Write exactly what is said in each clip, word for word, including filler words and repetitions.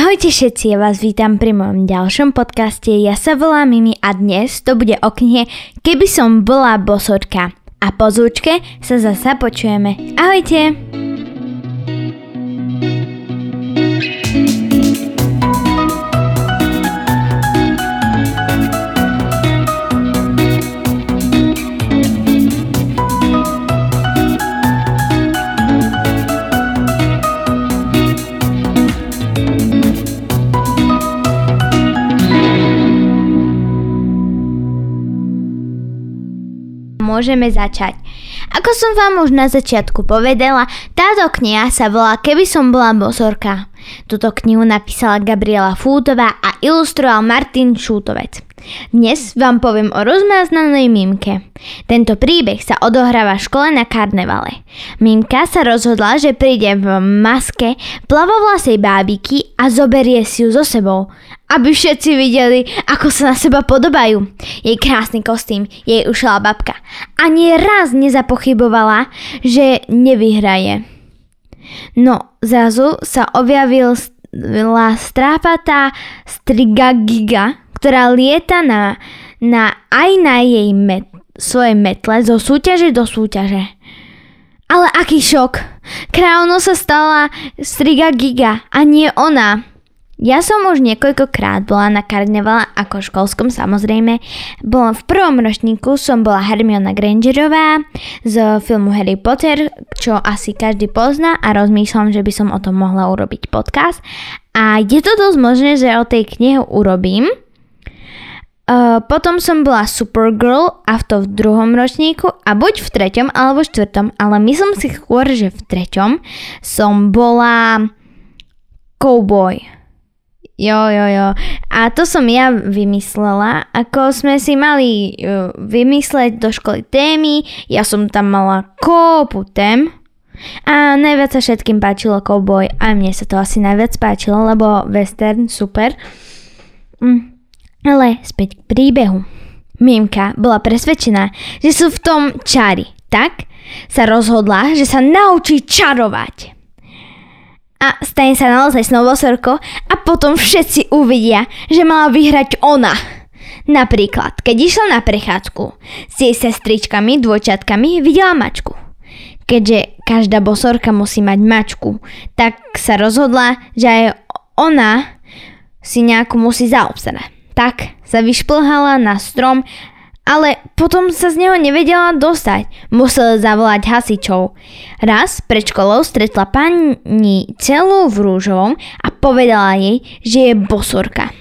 Ahojte všetci, ja vás vítam pri mojom ďalšom podcaste. Ja sa volám Mimi a dnes to bude o knihe Keby som bola bosorka. A po zvučke sa zasa počujeme. Ahojte! Môžeme začať. Ako som vám už na začiatku povedala, táto kniha sa volá Keby som bola bosorka. Túto knihu napísala Gabriela Fútová a ilustroval Martin Šútovec. Dnes vám poviem o rozmaznanej Mimke. Tento príbeh sa odohráva v škole na karnevale. Mimka sa rozhodla, že príde v maske plavovlasej bábiky a zoberie si ju so sebou, aby všetci videli, ako sa na seba podobajú. Jej krásny kostým jej ušila babka. Ani raz nezapochybovala, že nevyhraje. No, zrazu sa objavila strápatá striga Giga, ktorá lieta na, na, aj na jej met, svojej metle zo súťaže do súťaže. Ale aký šok! Kráľovnou sa stala striga Giga a nie ona. Ja som už niekoľkokrát bola na karnevale, ako školskom samozrejme. Bola v prvom ročníku som bola Hermiona Grangerová z filmu Harry Potter, čo asi každý pozná a rozmýšľam, že by som o tom mohla urobiť podcast. A je to dosť možné, že o tej knihe urobím. Uh, potom som bola Supergirl a to v druhom ročníku a buď v treťom alebo štvrtom, ale myslím si skôr, že v treťom som bola Cowboy. Jo, jo, jo. A to som ja vymyslela, ako sme si mali uh, vymysleť do školy témy, ja som tam mala kópu tém a najviac sa všetkým páčilo Cowboy a mne sa to asi najviac páčilo, lebo western, super. Mm. Ale späť k príbehu. Mimka bola presvedčená, že sú v tom čari, tak sa rozhodla, že sa naučí čarovať. A stane sa naozaj bosorkou a potom všetci uvidia, že mala vyhrať ona. Napríklad, keď išla na prechádzku s jej sestričkami, dvojčatkami, videla mačku. Keďže každá bosorka musí mať mačku, tak sa rozhodla, že aj ona si nejakú musí zaobstarať. Tak sa vyšplhala na strom, ale potom sa z neho nevedela dostať. Musela zavolať hasičov. Raz pred školou stretla pani celú v rúžovom a povedala jej, že je bosorka.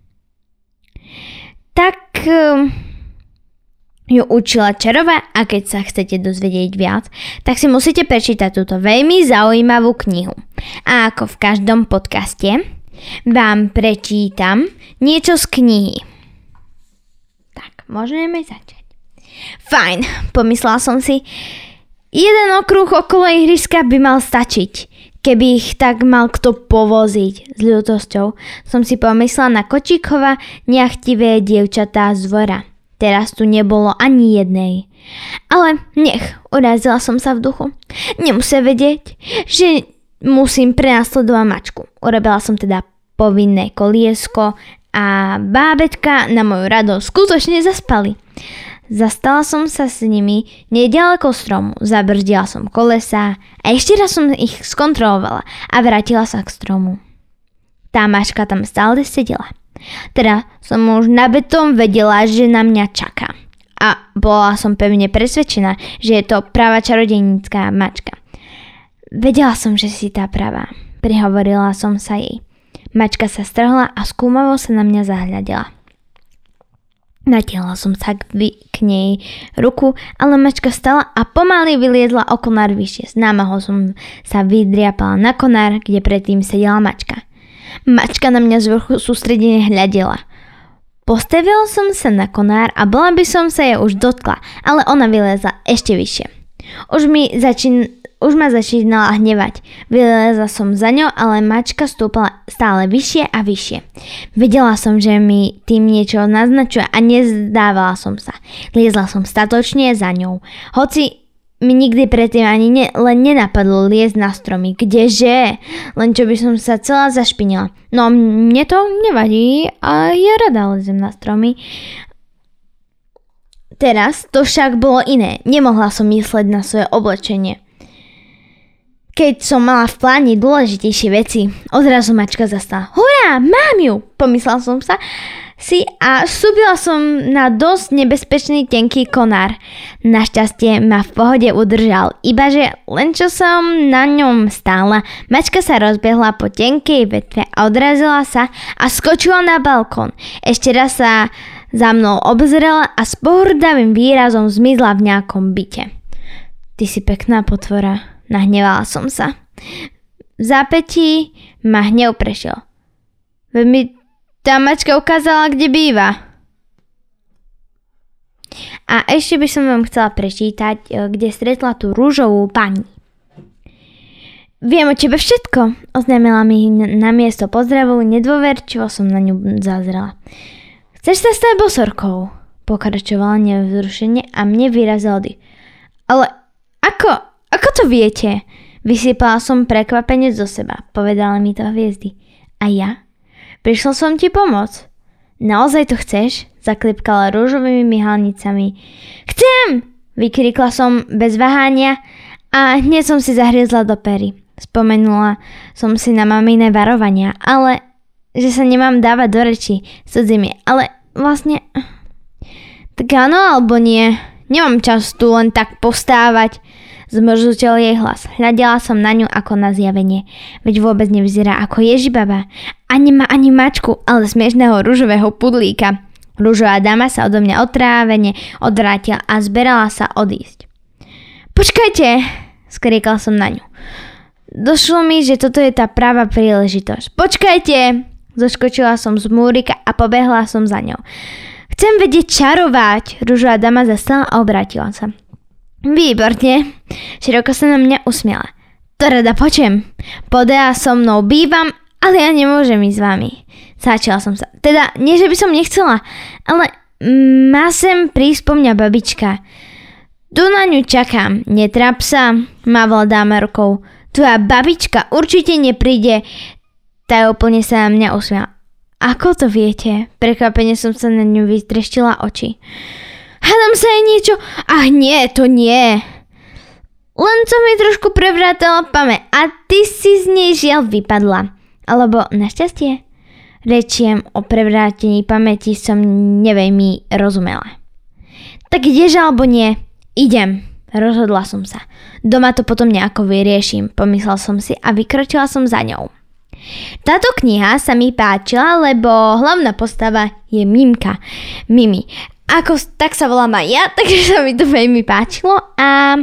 Tak um, ju učila čarovať a keď sa chcete dozvedieť viac, tak si musíte prečítať túto veľmi zaujímavú knihu. A ako v každom podcaste vám prečítam niečo z knihy. Tak, môžeme začať. Fajn, pomyslela som si. Jeden okruh okolo ihriska by mal stačiť, keby ich tak mal kto povoziť. S ľútosťou som si pomyslela na kočíkova neachtivé dievčatá z dvora. Teraz tu nebolo ani jednej. Ale nech, urazila som sa v duchu. Nemusia vedieť, že musím prenasledovať mačku. Urobila som teda povinné koliesko a bábetka na moju radosť skutočne zaspali. Zastala som sa s nimi nedaleko stromu, zabrzdila som kolesa a ešte raz som ich skontrolovala a vrátila sa k stromu. Tá mačka tam stále sedela. Teda som už na betón vedela, že na mňa čaká. A bola som pevne presvedčená, že je to pravá čarodejnícka mačka. Vedela som, že si tá pravá. Prihovorila som sa jej. Mačka sa strhla a skúmavo sa na mňa zahľadela. Natiahla som sa k, k nej ruku, ale mačka stala a pomaly vyliezla o konár vyššie. S námahou som sa vydriapala na konár, kde predtým sedela mačka. Mačka na mňa z vrchu sústredene hľadela. Postavila som sa na konár a bola by som sa jej už dotkla, ale ona vyliezla ešte vyššie. Už mi začín... Už ma začínala hnevať. Vylezla som za ňou, ale mačka stúpala stále vyššie a vyššie. Vedela som, že mi tým niečo naznačuje a nezdávala som sa. Liezla som statočne za ňou. Hoci mi nikdy predtým ani ne, len nenapadlo liesť na stromy. Kdeže? Len čo by som sa celá zašpinila. No mne to nevadí a ja rada lezem na stromy. Teraz to však bolo iné. Nemohla som mysleť na svoje oblečenie. Keď som mala v pláne dôležitejšie veci, odrazu mačka zastala. Hurá, mám ju! Pomyslela som sa si a vstúpila som na dosť nebezpečný tenký konár. Našťastie ma v pohode udržal, ibaže len čo som na ňom stála, mačka sa rozbehla po tenkej vetve a odrazila sa a skočila na balkón. Ešte raz sa za mnou obzrela a s pohrdavým výrazom zmizla v nejakom byte. Ty si pekná potvora, nahnevala som sa. V zápätí ma hnev prešiel. Veď mi tá mačka ukázala, kde býva. A ešte by som vám chcela prečítať, kde stretla tú rúžovú pani. Viem o tebe všetko, oznámila mi na miesto pozdravu, nedôverčivo som na ňu zazrela. Chceš sa stať bosorkou? Pokračovala nevzrušene a mne vyrazil oddych. Ale ako, ako to viete? Vysypala som prekvapenie zo seba, povedala mi to hviezdy. A ja? Prišla som ti pomôcť. Naozaj to chceš? Zaklipkala rúžovými myhalnicami. Chcem! Vykrikla som bez váhania a hneď som si zahriezla do pery. Spomenula som si na mamine varovania, ale že sa nemám dávať do reči s cudzými, ale vlastne... Tak áno alebo nie? Nemám čas tu len tak postávať. Zmrzutel jej hlas. Hľadela som na ňu ako na zjavenie. Veď vôbec nevyzerá ako Ježibaba. A nemá ani mačku, ale smiešného ružového pudlíka. Ružová dáma sa odo mňa otrávene odvrátila a zberala sa odísť. Počkajte, skriekala som na ňu. Došlo mi, že toto je tá práva príležitosť. Počkajte! Zoskočila som z múrika a pobehla som za ňou. Chcem vedieť čarovať. Ružová dáma zastala a obrátila sa. Výborne. Široko sa na mňa usmiala. To rada počujem. Podľa so mnou bývam, ale ja nemôžem ísť s vami. Začala som sa. Teda, nie že by som nechcela, ale má sem prísť po mňa babička. Tu na ňu čakám. Netráp sa, mávla dáma rukou. Tvoja babička určite nepríde. Tá úplne sa na mňa usmiala. Ako to viete? Prekvapene som sa na ňu vytreštila oči. Hádam sa aj niečo? Ach nie, to nie. Len som mi trošku prevrátala pamäť a ty si z nej žiaľ vypadla. Alebo našťastie? Rečiem o prevrátení pamäti som neveľmi rozumela. Tak ideš alebo nie? Idem. Rozhodla som sa. Doma to potom nejako vyrieším, pomyslel som si a vykročila som za ňou. Táto kniha sa mi páčila, lebo hlavná postava je Mimka. Mimi. Ako tak sa volám aj ja, takže sa mi to veľmi páčilo a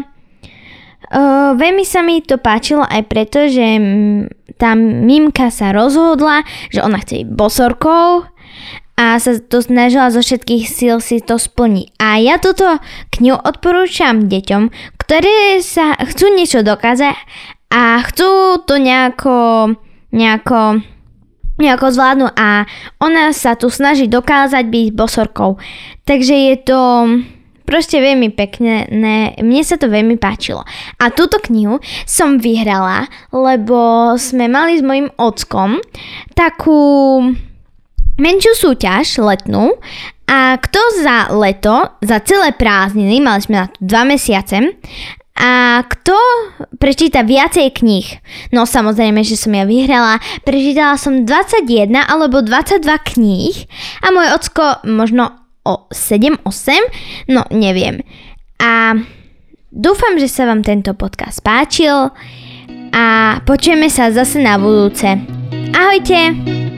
uh, veľmi sa mi to páčilo aj preto, že tá Mimka sa rozhodla, že ona chce byť bosorkou a sa to snažila zo všetkých síl si to splniť. A ja túto knihu odporúčam deťom, ktoré sa chcú niečo dokázať a chcú to nejako, nejako, nejako zvládnuť a ona sa tu snaží dokázať byť bosorkou. Takže je to proste veľmi pekné, ne, mne sa to veľmi páčilo. A túto knihu som vyhrala, lebo sme mali s mojím ockom takú menšiu súťaž letnú a kto za leto, za celé prázdniny, mali sme na to dva mesiace, a kto prečíta viacej kníh? No samozrejme, že som ja vyhrala. Prečítala som dvadsaťjeden alebo dvadsaťdva kníh a môj ocko možno o sedem osem, no neviem. A dúfam, že sa vám tento podcast páčil a počujeme sa zase na budúce. Ahojte!